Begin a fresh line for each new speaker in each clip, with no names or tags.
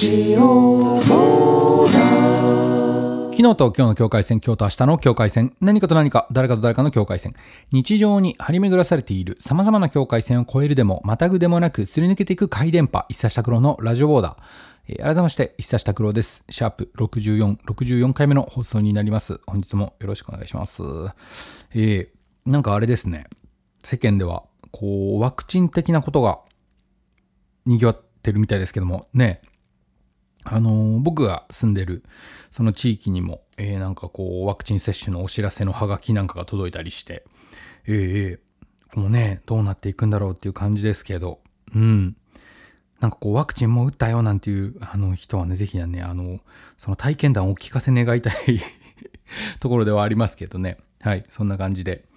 ジオフォーラ。
昨日と今日の境界線、今日と明日の境界線、何かと何か、誰かと誰かの境界線、日常に張り巡らされている様々な境界線を越えるでもまたぐでもなくすり抜けていく回電波、一茶拓郎のラジオボーダー。改めまして一茶拓郎です。シャープ64回目の放送になります。本日もよろしくお願いします。なんかあれですね、世間ではこうワクチン的なことが賑わってるみたいですけどもね、僕が住んでるその地域にも、なんかこうワクチン接種のお知らせのハガキなんかが届いたりして、こうね、どうなっていくんだろうっていう感じですけど、なんかこうワクチンも打ったよなんていう人はね、ぜひね、その体験談をお聞かせ願いたいところではありますけどね。はい、そんな感じで。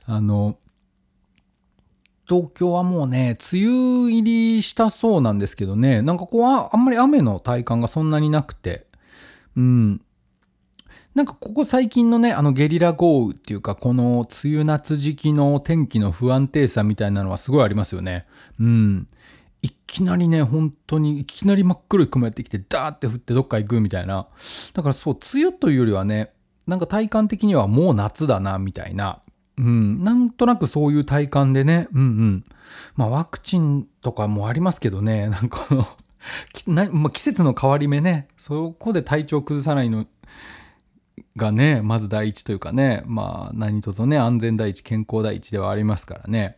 東京はもうね、梅雨入りしたそうなんですけどね、なんかこう、あんまり雨の体感がそんなになくて、なんかここ最近のね、ゲリラ豪雨っていうか、この梅雨夏時期の天気の不安定さみたいなのはすごいありますよね。いきなりね、本当にいきなり真っ黒い雲やってきて、ダーって降ってどっか行くみたいな。だからそう、梅雨というよりはね、なんか体感的にはもう夏だな、みたいな。なんとなくそういう体感でね、まあワクチンとかもありますけどね、なんか季節の変わり目ね、そこで体調崩さないのがね、まず第一というかね、まあ何卒ね、安全第一、健康第一ではありますからね。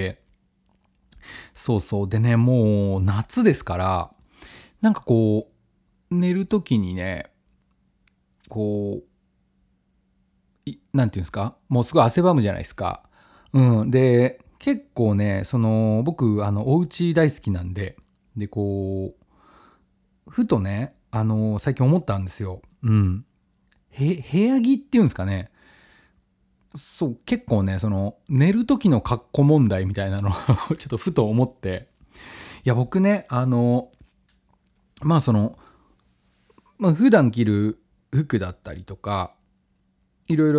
そうそう。でね、もう夏ですから、なんかこう、寝るときにね、こう、なんていうんですか、もうすごい汗ばむじゃないですか。で、結構ね、僕、お家大好きなんで、で、こう、ふとね、最近思ったんですよ。部屋着っていうんですかね。そう、結構ね、寝る時の格好問題みたいなのをちょっとふと思って、いや、僕ね、まあ普段着る服だったりとか、いろいろ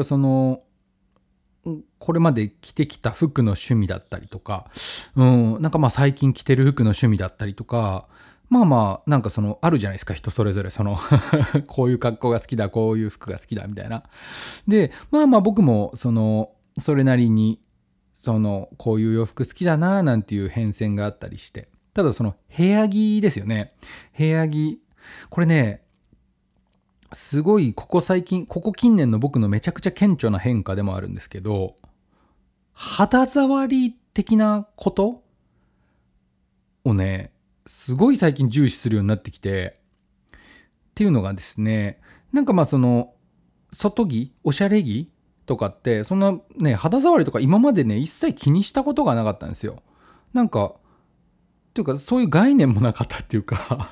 これまで着てきた服の趣味だったりとか、なんかまあ最近着てる服の趣味だったりとか、なんかあるじゃないですか、人それぞれこういう格好が好きだ、こういう服が好きだ、みたいな。で、僕もそれなりに、こういう洋服好きだな、なんていう変遷があったりして。ただ部屋着ですよね。部屋着。これね、すごいここ近年の僕のめちゃくちゃ顕著な変化でもあるんですけど、肌触り的なことをね、すごい最近重視するようになってきて、っていうのがですね、なんか外着、おしゃれ着とかって、そんなね、肌触りとか今までね、一切気にしたことがなかったんですよ。なんか、っていうかそういう概念もなかったっていうか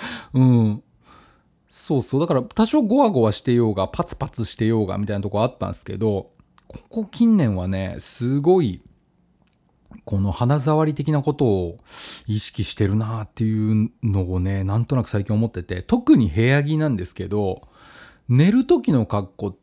そうそう。だから多少ゴワゴワしてようが、パツパツしてようがみたいなとこあったんですけど、ここ近年はね、すごい、この肌触り的なことを意識してるなっていうのをね、なんとなく最近思ってて、特に部屋着なんですけど、寝る時の格好って、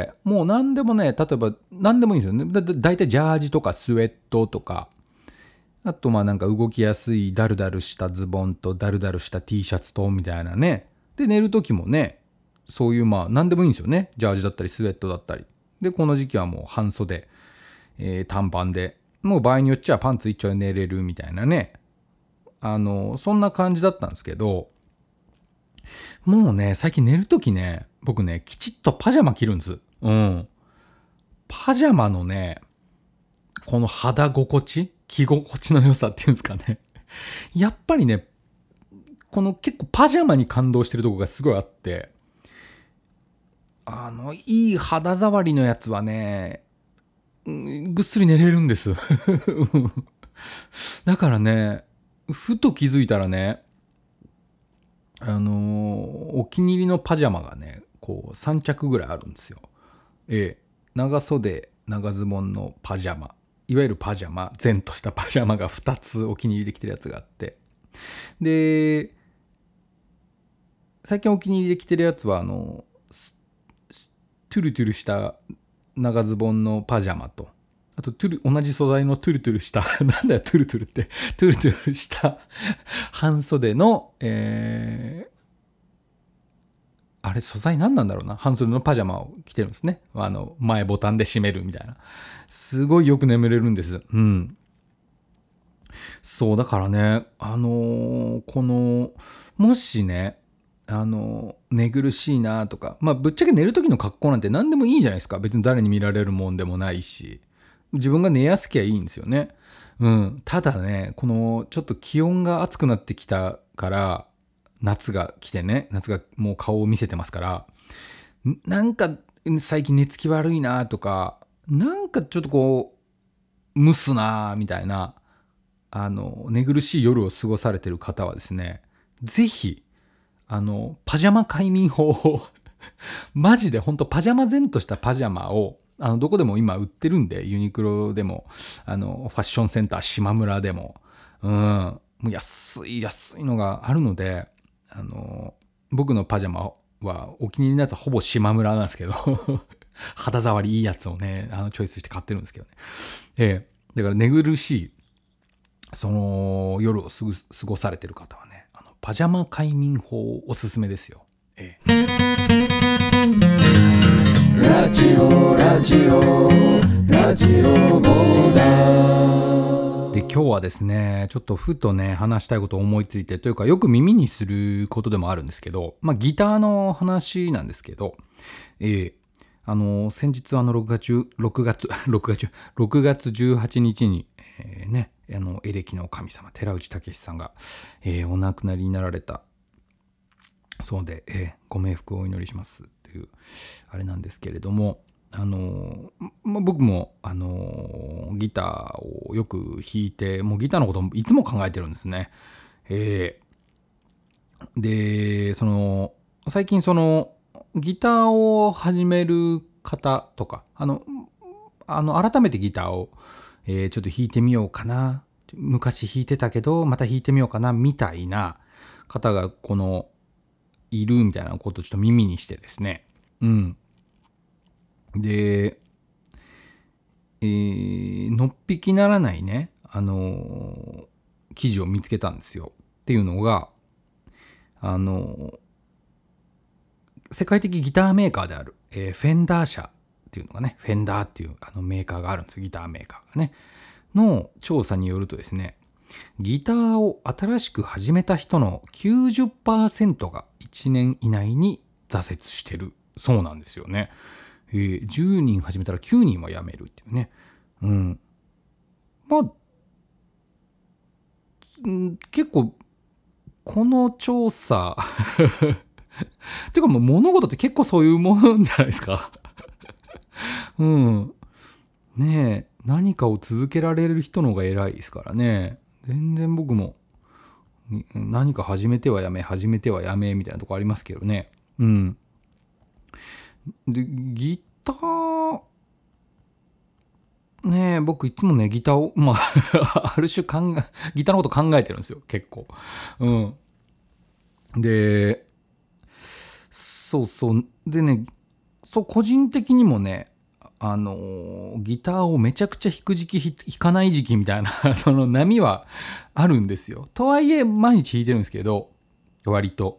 もう何でもね、例えば何でもいいんですよね。だいたいジャージとかスウェットとか、あとなんか動きやすいダルダルしたズボンとダルダルした T シャツとみたいなね。で、寝る時もね、そういう何でもいいんですよね。ジャージだったりスウェットだったり。で、この時期はもう半袖、短パンで、もう場合によっちゃパンツ一丁で寝れるみたいなね。そんな感じだったんですけど、もうね、最近寝る時ね、僕ね、きちっとパジャマ着るんです。パジャマのね、この肌心地着心地の良さっていうんですかね。やっぱりね、この結構パジャマに感動してるとこがすごいあって、いい肌触りのやつはね、ぐっすり寝れるんです。だからね、ふと気づいたらね、お気に入りのパジャマがね、こう3着ぐらいあるんですよ。長袖、長ズボンのパジャマ、いわゆるパジャマ、前としたパジャマが2つお気に入りできてるやつがあって、で、最近お気に入りで着てるやつはトゥルトゥルした長ズボンのパジャマと、あと同じ素材のトゥルトゥルしたなんだよトゥルトゥルってトゥルトゥルした半袖の、 あれ素材何なんだろうな、半袖のパジャマを着てるんですね。前ボタンで閉めるみたいな。すごいよく眠れるんです。うん。そうだからね、もしね、寝苦しいなとか、まあぶっちゃけ寝る時の格好なんて何でもいいじゃないですか。別に誰に見られるもんでもないし、自分が寝やすきゃいいんですよね。うん。ただね、このちょっと気温が暑くなってきたから、夏が来てね、夏がもう顔を見せてますから、なんか最近寝つき悪いなとか、なんかちょっとこう、蒸すなみたいな、寝苦しい夜を過ごされてる方はですね、ぜひ、パジャマ快眠法をマジで本当パジャマ前としたパジャマを、どこでも今売ってるんで、ユニクロでも、ファッションセンター島村でも、もう安いのがあるので、僕のパジャマはお気に入りのやつはほぼ島村なんですけど、肌触りいいやつをね、チョイスして買ってるんですけどね。だから寝苦しい、その夜を過ごされてる方はね、パジャマ快眠法おすすめですよ。
ラジオラジオラジオボーダー
で、今日はですね、ちょっとふとね話したいことを思いついて、というかよく耳にすることでもあるんですけど、まあギターの話なんですけど、先日6月18日に、ね、エレキの神様寺内武さんが、お亡くなりになられたそうで、ご冥福をお祈りしますというあれなんですけれども、僕も、ギターをよく弾いて、もうギターのこといつも考えてるんですね。で最近ギターを始める方とか、改めてギターを、ちょっと弾いてみようかな、昔弾いてたけどまた弾いてみようかなみたいな方がいるみたいなことをちょっと耳にしてですね。うん。で、のっぴきならないね、記事を見つけたんですよ。っていうのが、世界的ギターメーカーである、フェンダー社っていうのがね、フェンダーっていうメーカーがあるんですよ。ギターメーカーがね。の調査によるとですね、ギターを新しく始めた人の 90% が1年以内に挫折してるそうなんですよね。10人始めたら9人は辞めるっていうね。うん。まあ、結構この調査ていうかもう物事って結構そういうもんじゃないですか。うん。ねえ、何かを続けられる人の方が偉いですからね。全然僕も何か始めてはやめみたいなとこありますけどね。うん。で、ギター、ねえ、僕いつもね、ギターを、まあ、ある種ギターのこと考えてるんですよ、結構。うん。で、そうそう。でね、個人的にもね、ギターをめちゃくちゃ弾く時期、弾かない時期みたいなその波はあるんですよ。とはいえ、毎日弾いてるんですけど、割と。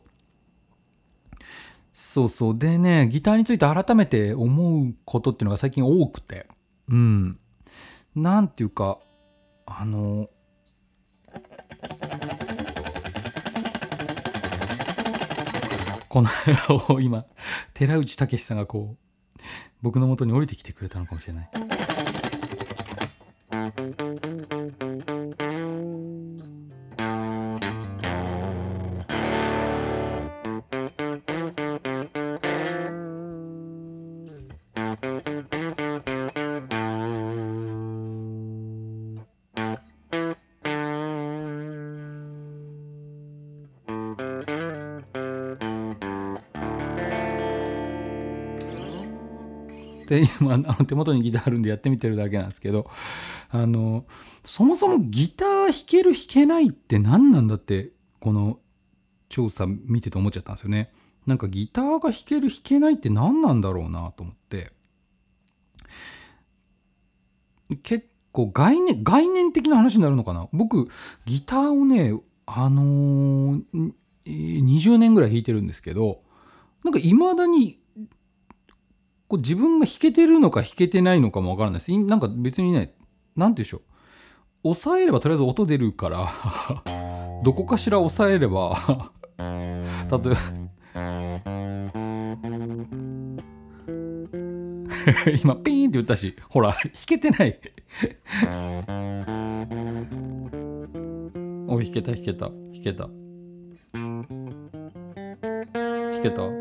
そうそう。でね、ギターについて改めて思うことっていうのが最近多くて。うん。なんていうか、この今、寺内武さんが僕の元に降りてきてくれたのかもしれない。で今手元にギターあるんでやってみてるだけなんですけど、そもそもギター弾ける弾けないって何なんだって、この調査見てて思っちゃったんですよね。なんかギターが弾ける弾けないって何なんだろうなと思って、結構概念的な話になるのかな。僕ギターをね20年ぐらい弾いてるんですけど、 なんか未だにこう自分が弾けてるのか弾けてないのかもわからないです。なんか別にね、なんていうんでしょう。押さえればとりあえず音出るからどこかしら押さえれば例えば今ピーンって言ったし、ほら弾けてないお、弾けた弾けた弾けた弾けた弾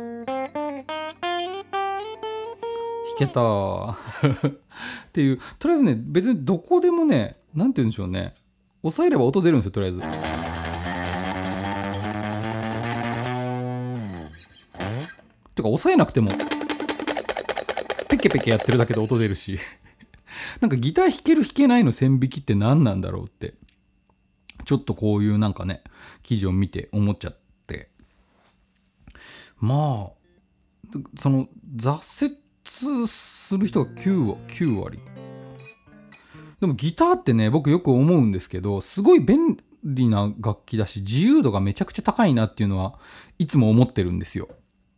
けたっていう、とりあえずね、別にどこでもね、なんて言うんでしょうね、押さえれば音出るんですよ、とりあえず。てか押さえなくてもペケペケやってるだけで音出るしなんかギター弾ける弾けないの線引きって何なんだろうって、ちょっとこういうなんかね記事を見て思っちゃって、まあその挫折する人が9割。でもギターってね、僕よく思うんですけど、すごい便利な楽器だし自由度がめちゃくちゃ高いなっていうのはいつも思ってるんですよ。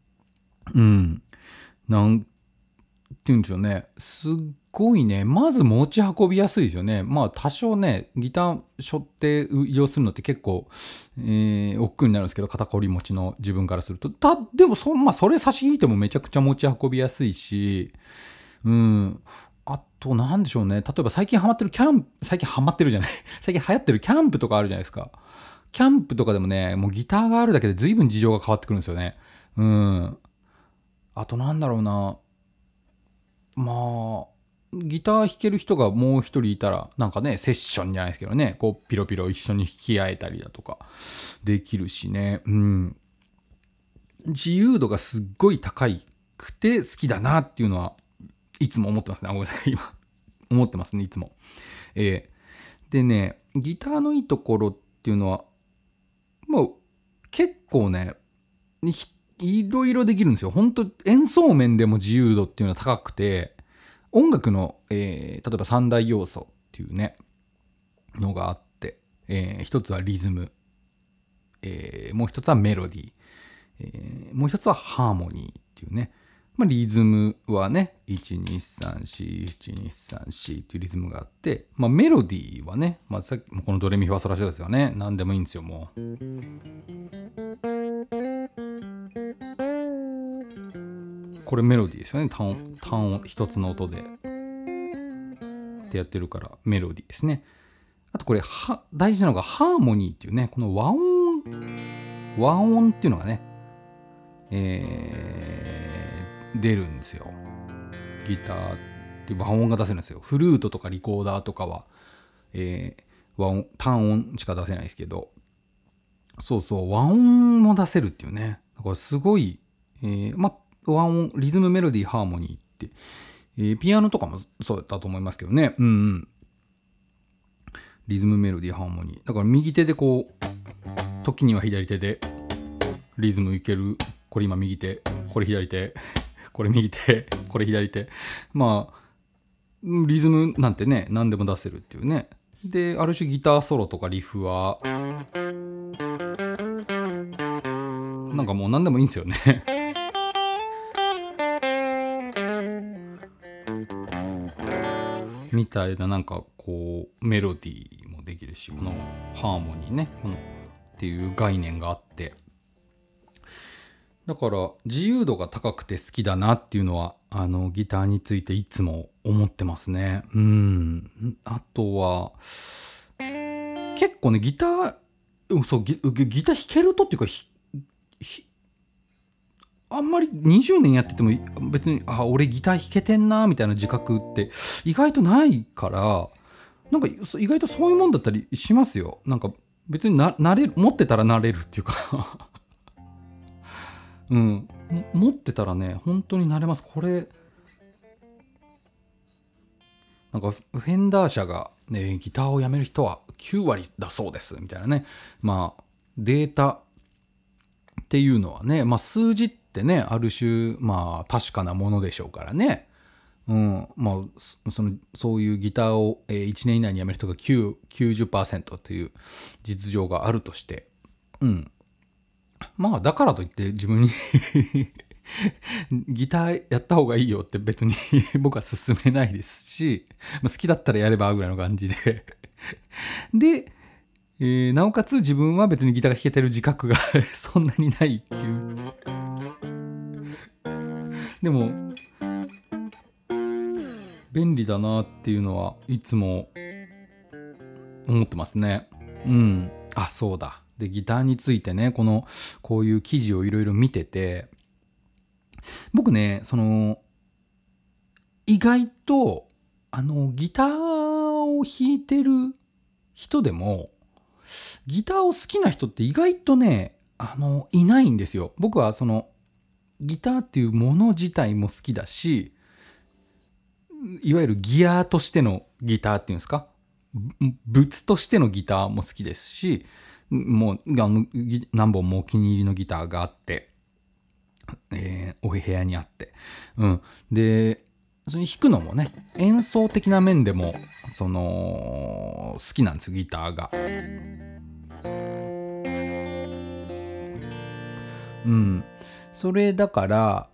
なんて言うんでしょうね、すっごいね、まず持ち運びやすいですよね。まあ多少ねギター背負って移動するのって結構、億劫になるんですけど、肩こり持ちの自分からすると、でもそれ差し引いてもめちゃくちゃ持ち運びやすいし、あとなんでしょうね、例えば最近ハマってる最近ハマってるじゃない最近流行ってるキャンプとかあるじゃないですか。キャンプとかでもね、もうギターがあるだけで随分事情が変わってくるんですよね。あとなんだろうな、まあギター弾ける人がもう一人いたら、なんかねセッションじゃないですけどね、こうピロピロ一緒に弾き合えたりだとかできるしね。自由度がすっごい高くて好きだなっていうのはいつも思ってますね。ごめんなさい、今思ってますね、いつも。でね、ギターのいいところっていうのは、まあ結構ねいろいろできるんですよ。本当演奏面でも自由度っていうのは高くて、音楽の、例えば三大要素っていうねのがあって、一つはリズム、もう一つはメロディー、もう一つはハーモニーっていうね。リズムはね 1234123 っていうリズムがあって、メロディーはね、さっきこのドレミファソラシドですよね。何でもいいんですよ。もうこれメロディーですよね。単音一つの音でってやってるからメロディーですね。あとこれ大事なのがハーモニーっていうね、この和音っていうのがね、出るんですよ。ギターって和音が出せるんですよ。フルートとかリコーダーとかは、和音単音しか出せないですけど、和音も出せるっていうね。だからすごい、和音、リズム、メロディー、ハーモニーって、ピアノとかもそうだと思いますけどね。リズム、メロディー、ハーモニー。だから右手でこう、時には左手でリズムいける。これ今右手、これ左手、これ右手、これ左手。リズムなんてね、何でも出せるっていうね。で、ある種ギターソロとかリフは、なんかもう何でもいいんですよね。みたいな、なんかこうメロディーもできるし、このハーモニーね、このっていう概念があって、だから自由度が高くて好きだなっていうのはギターについていつも思ってますね。あとは結構ねギター弾けるとっていうか、あんまり20年やってても別に俺ギター弾けてんなみたいな自覚って意外とないから、なんか意外とそういうもんだったりしますよ。なんか別に持ってたらなれるっていうか持ってたらね本当になれます。これなんかフェンダー社が、ね、ギターをやめる人は9割だそうですみたいなね。データっていうのはね、数字ってねある種確かなものでしょうからね。そういうギターを1年以内にやめる人が 90% という実情があるとして、 まあだからといって自分にギターやった方がいいよって別に僕は勧めないですし、好きだったらやればぐらいの感じでで、なおかつ自分は別にギターが弾けてる自覚がそんなにないっていう。でも便利だなっていうのはいつも思ってますね。うん。あ、そうだ。で、ギターについてね、こういう記事をいろいろ見てて、僕ね、意外と、ギターを弾いてる人でも、ギターを好きな人って意外とね、いないんですよ。僕はギターっていうもの自体も好きだし、いわゆるギアとしてのギターっていうんですか、物としてのギターも好きですし、もう何本もお気に入りのギターがあって、お部屋にあって、でそれ弾くのもね、演奏的な面でも好きなんですよ、ギターが。それだから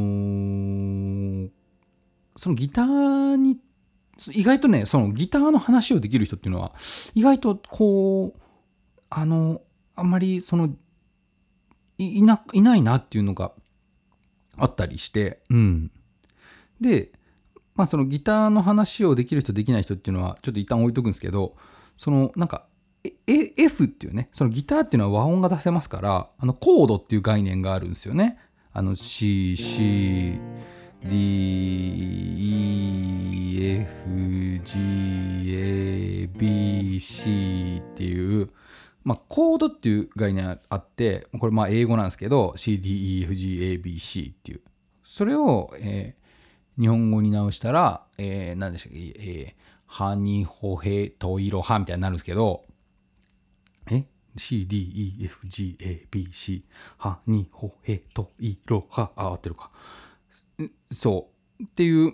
そのギターに意外とね、そのギターの話をできる人っていうのは意外とあんまりいないなっていうのがあったりして、で、そのギターの話をできる人できない人っていうのはちょっと一旦置いとくんですけど、なんかF っていうね、そのギターっていうのは和音が出せますから、コードっていう概念があるんですよね。CDEFGABC っていう、コードっていう概念あって、これ英語なんですけど CDEFGABC っていう、それを、日本語に直したら、何でしたっけ、ハニホヘトイロハみたいになるんですけど、CDEFGABC ハニホヘトイロハ、合ってるか。そうっていう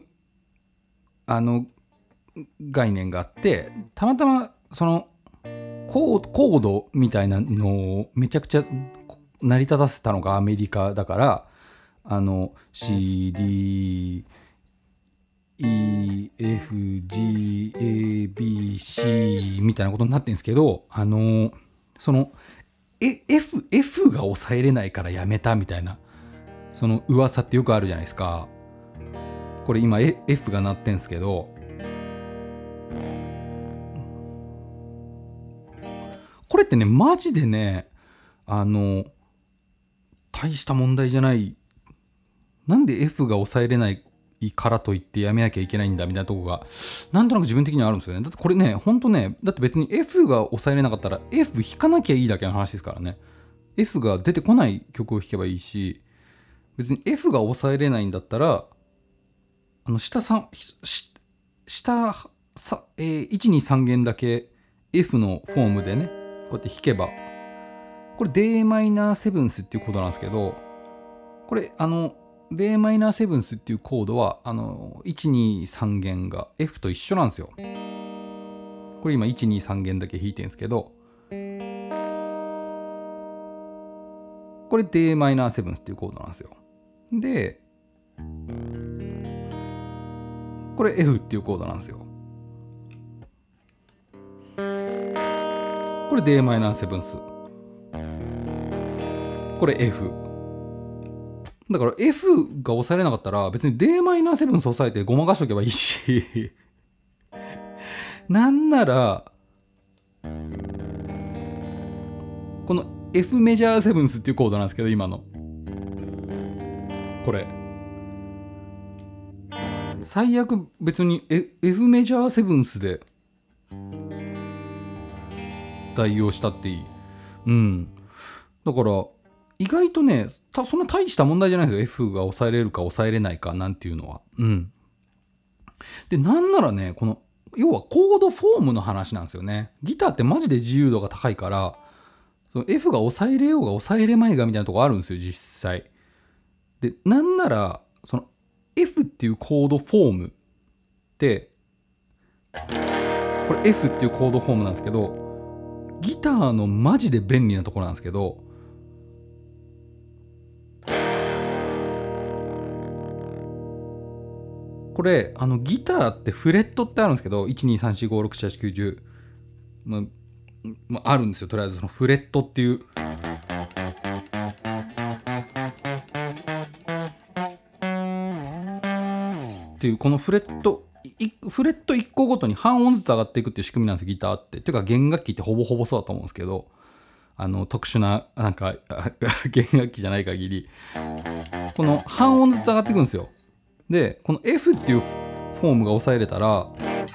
概念があって、たまたまコードみたいなのをめちゃくちゃ成り立たせたのがアメリカだから、CDEFGABC みたいなことになってるんですけど、F が抑えれないからやめたみたいなその噂ってよくあるじゃないですか。これ今 F が鳴ってんすけど、これってねマジでね、大した問題じゃない。なんで F が抑えれないからといってやめなきゃいけないんだみたいなとこがなんとなく自分的にはあるんですよね。だってこれね、ほんとね、だって別に F が抑えれなかったら F 弾かなきゃいいだけの話ですからね。F が出てこない曲を弾けばいいし、別に F が抑えれないんだったら下123弦だけ F のフォームでね、こうやって弾けば、これ d マイナーセブンスっていうコードなんですけど、これd マイナーセブンスっていうコードは123弦が F と一緒なんですよ。これ今123弦だけ弾いてるんですけど、これ d マイナーセブンスっていうコードなんですよ。でこれ F っていうコードなんですよ。これ d マイナーセブンス、これ F だから F が押さえれなかったら別に d マイナーセブンス押さえてごまかしとけばいいしなんならこの F メジャーセブンスっていうコードなんですけど、今のこれ最悪別に F メジャーセブンスで代用したっていい。だから意外とね、そんな大した問題じゃないんですよ。F が抑えれるか抑えれないかなんていうのは。で、なんならね、要はコードフォームの話なんですよね。ギターってマジで自由度が高いから、その F が抑えれようが抑えれまいがみたいなとこあるんですよ、実際。で、なんなら、F っていうコードフォームって、これ F っていうコードフォームなんですけど、ギターのマジで便利なところなんですけど、 これギターってフレットってあるんですけど、12345678910、あるんですよ。とりあえずそのフレットっていうこのフレット1個ごとに半音ずつ上がっていくっていう仕組みなんですよ、ギターって。ていうか弦楽器ってほぼほぼそうだと思うんですけど、特殊ななんか弦楽器じゃない限りこの半音ずつ上がっていくんですよ。でこの F っていうフォームが押さえれたら、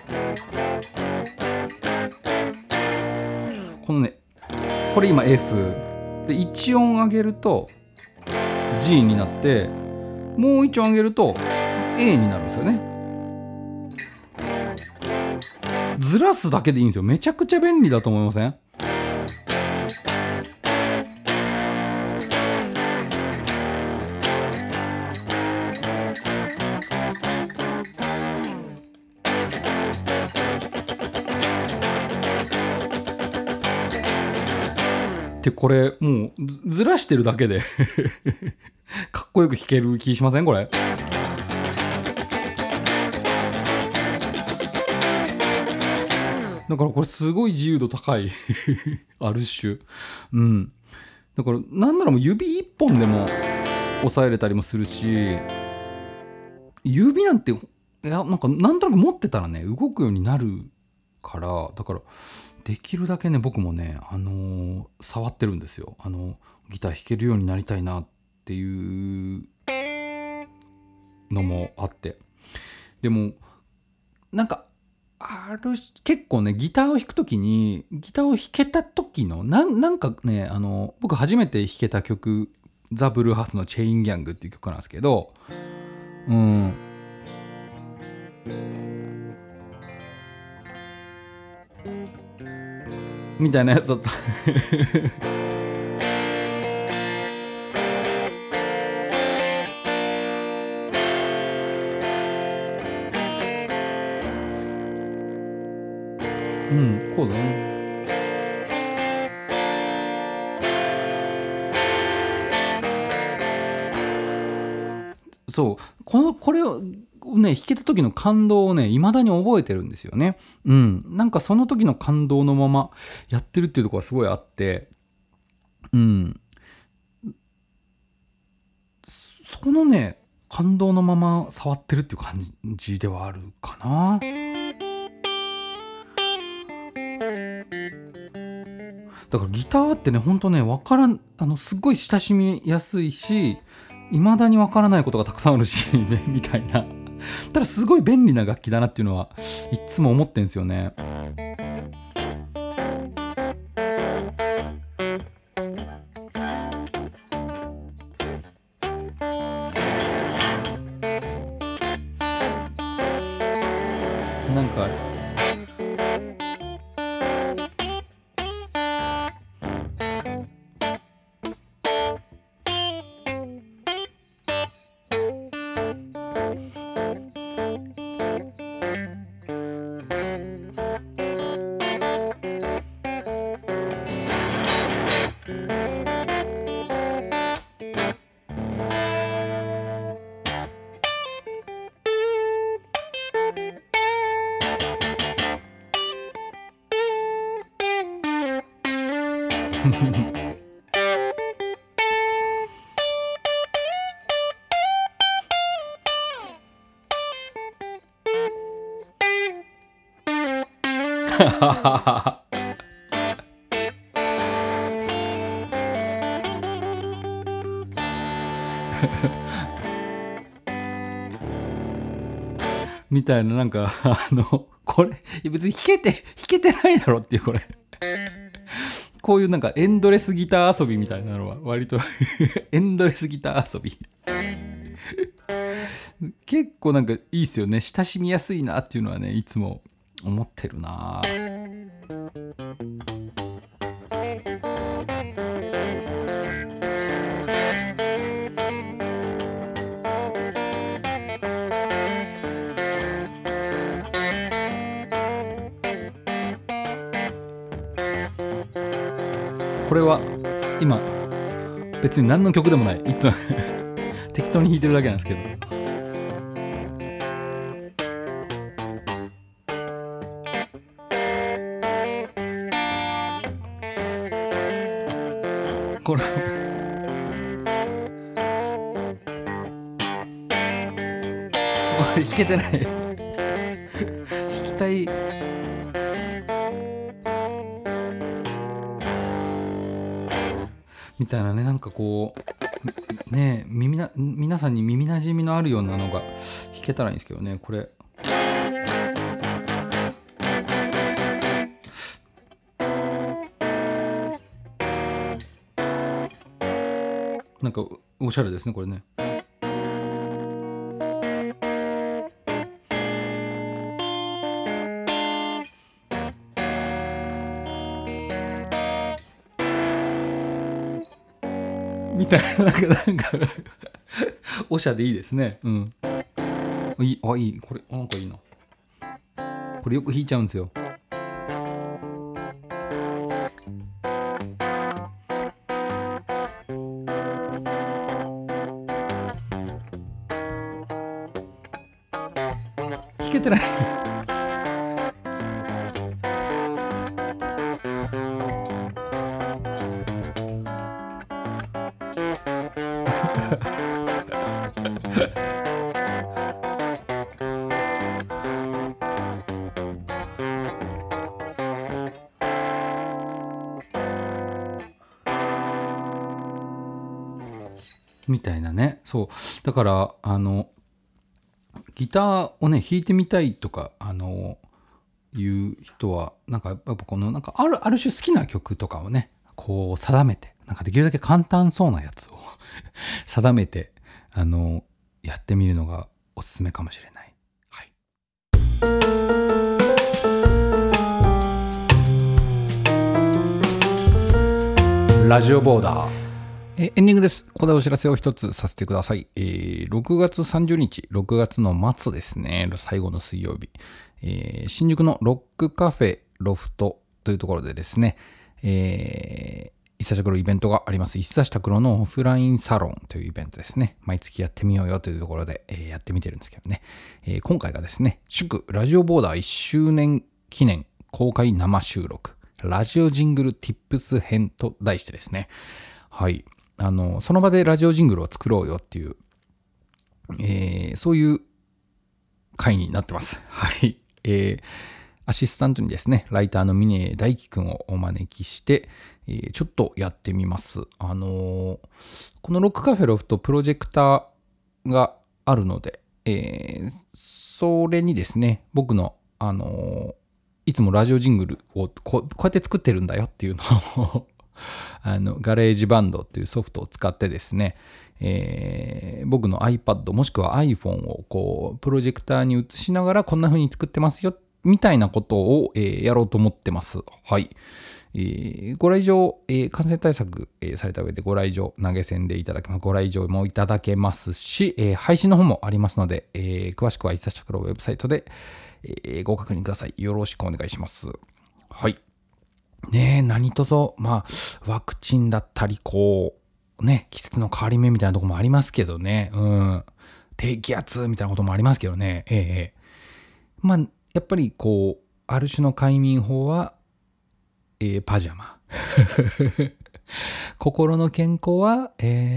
このね、これ今 F で1音上げると G になって、もう1音上げると A になるんですよね。ずらすだけでいいんですよ。めちゃくちゃ便利だと思いません？でこれもうずらしてるだけでかっこよく弾ける気しません？これだからこれすごい自由度高いある種。だからなんならもう指一本でも押さえれたりもするし、指なんてなんとなく持ってたらね動くようになるから、だからできるだけね僕もね触ってるんですよ。ギター弾けるようになりたいなっていうのもあって、でもなんか結構ねギターを弾くときにギターを弾けた時のなんかね僕初めて弾けた曲ザ・ブルーハーツのチェインギャングっていう曲なんですけど、みたいなやつだったこうだね。そうこれをね弾けた時の感動をね未だに覚えてるんですよね。なんかその時の感動のままやってるっていうところがすごいあって、そのね感動のまま触ってるっていう感じではあるかな。だからギターってねほんとねすっごい親しみやすいし、未だにわからないことがたくさんあるしねみたいな。ただすごい便利な楽器だなっていうのはいつも思ってんですよね。なんかみたいな、なんかこれ別に弾けてないだろっていう、これこういうなんかエンドレスギター遊びみたいなのは割とエンドレスギター遊び結構なんかいいっすよね。親しみやすいなっていうのはねいつも思ってるな。これは今別に何の曲でもない、いつも適当に弾いてるだけなんですけど、 これ弾けてない弾きたい。みたいなね、なんかこうね、皆さんに耳なじみのあるようなのが弾けたらいいんですけどね。これなんかおしゃれですねこれね。みたいな、なんかおしゃでいいですね。うん。いいこれなんかいいな。これよく弾いちゃうんですよ。弾けてないみたいなね。そうだからギターをね弾いてみたいとかいう人はなんかやっぱこのなんかある種好きな曲とかをねこう定めて、なんかできるだけ簡単そうなやつを定めてやってみるのがおすすめかもしれない。はい。ラジオボーダー。エンディングです。ここでお知らせを一つさせてください。6月30日、6月の末ですね、最後の水曜日、新宿のロックカフェロフトというところでですね、一茶拓郎イベントがあります。一茶拓郎のオフラインサロンというイベントですね。毎月やってみようよというところで、やってみてるんですけどね、今回がですね、祝ラジオボーダー1周年記念公開生収録ラジオジングル Tips 編と題してですね、はい、その場でラジオジングルを作ろうよっていう、そういう回になってます。はい。アシスタントにですね、ライターの峰大輝くんをお招きして、ちょっとやってみます。このロックカフェロフトプロジェクターがあるので、それにですね、僕のいつもラジオジングルをこうやって作ってるんだよっていうのをガレージバンドっていうソフトを使ってですね、僕の iPad もしくは iPhone をこうプロジェクターに映しながらこんな風に作ってますよみたいなことを、やろうと思ってます。はい。ご来場、感染対策、された上でご来場投げ銭でいただけます。ご来場もいただけますし、配信の方もありますので、詳しくは一茶拓郎ウェブサイトで、ご確認ください。よろしくお願いします。はい。ねえ、何とぞ、まあ、ワクチンだったり、こう、ね、季節の変わり目みたいなとこもありますけどね、うん。低気圧みたいなこともありますけどね、まあ、やっぱりこう、ある種の快眠法は、パジャマ。心の健康は、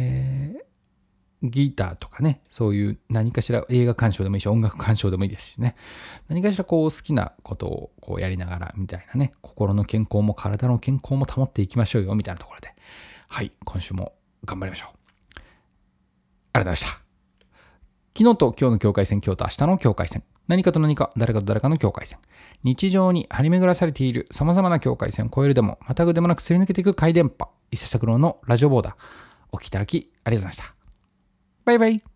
ギターとかね、そういう何かしら映画鑑賞でもいいし、音楽鑑賞でもいいですしね。何かしらこう好きなことをこうやりながらみたいなね、心の健康も体の健康も保っていきましょうよみたいなところで、はい、今週も頑張りましょう。ありがとうございました。昨日と今日の境界線、今日と明日の境界線。何かと何か、誰かと誰かの境界線。日常に張り巡らされている様々な境界線を越えるでも、またぐでもなくすり抜けていく回電波。一茶拓郎のラジオボーダー。お聞きいただきありがとうございました。バイバイ。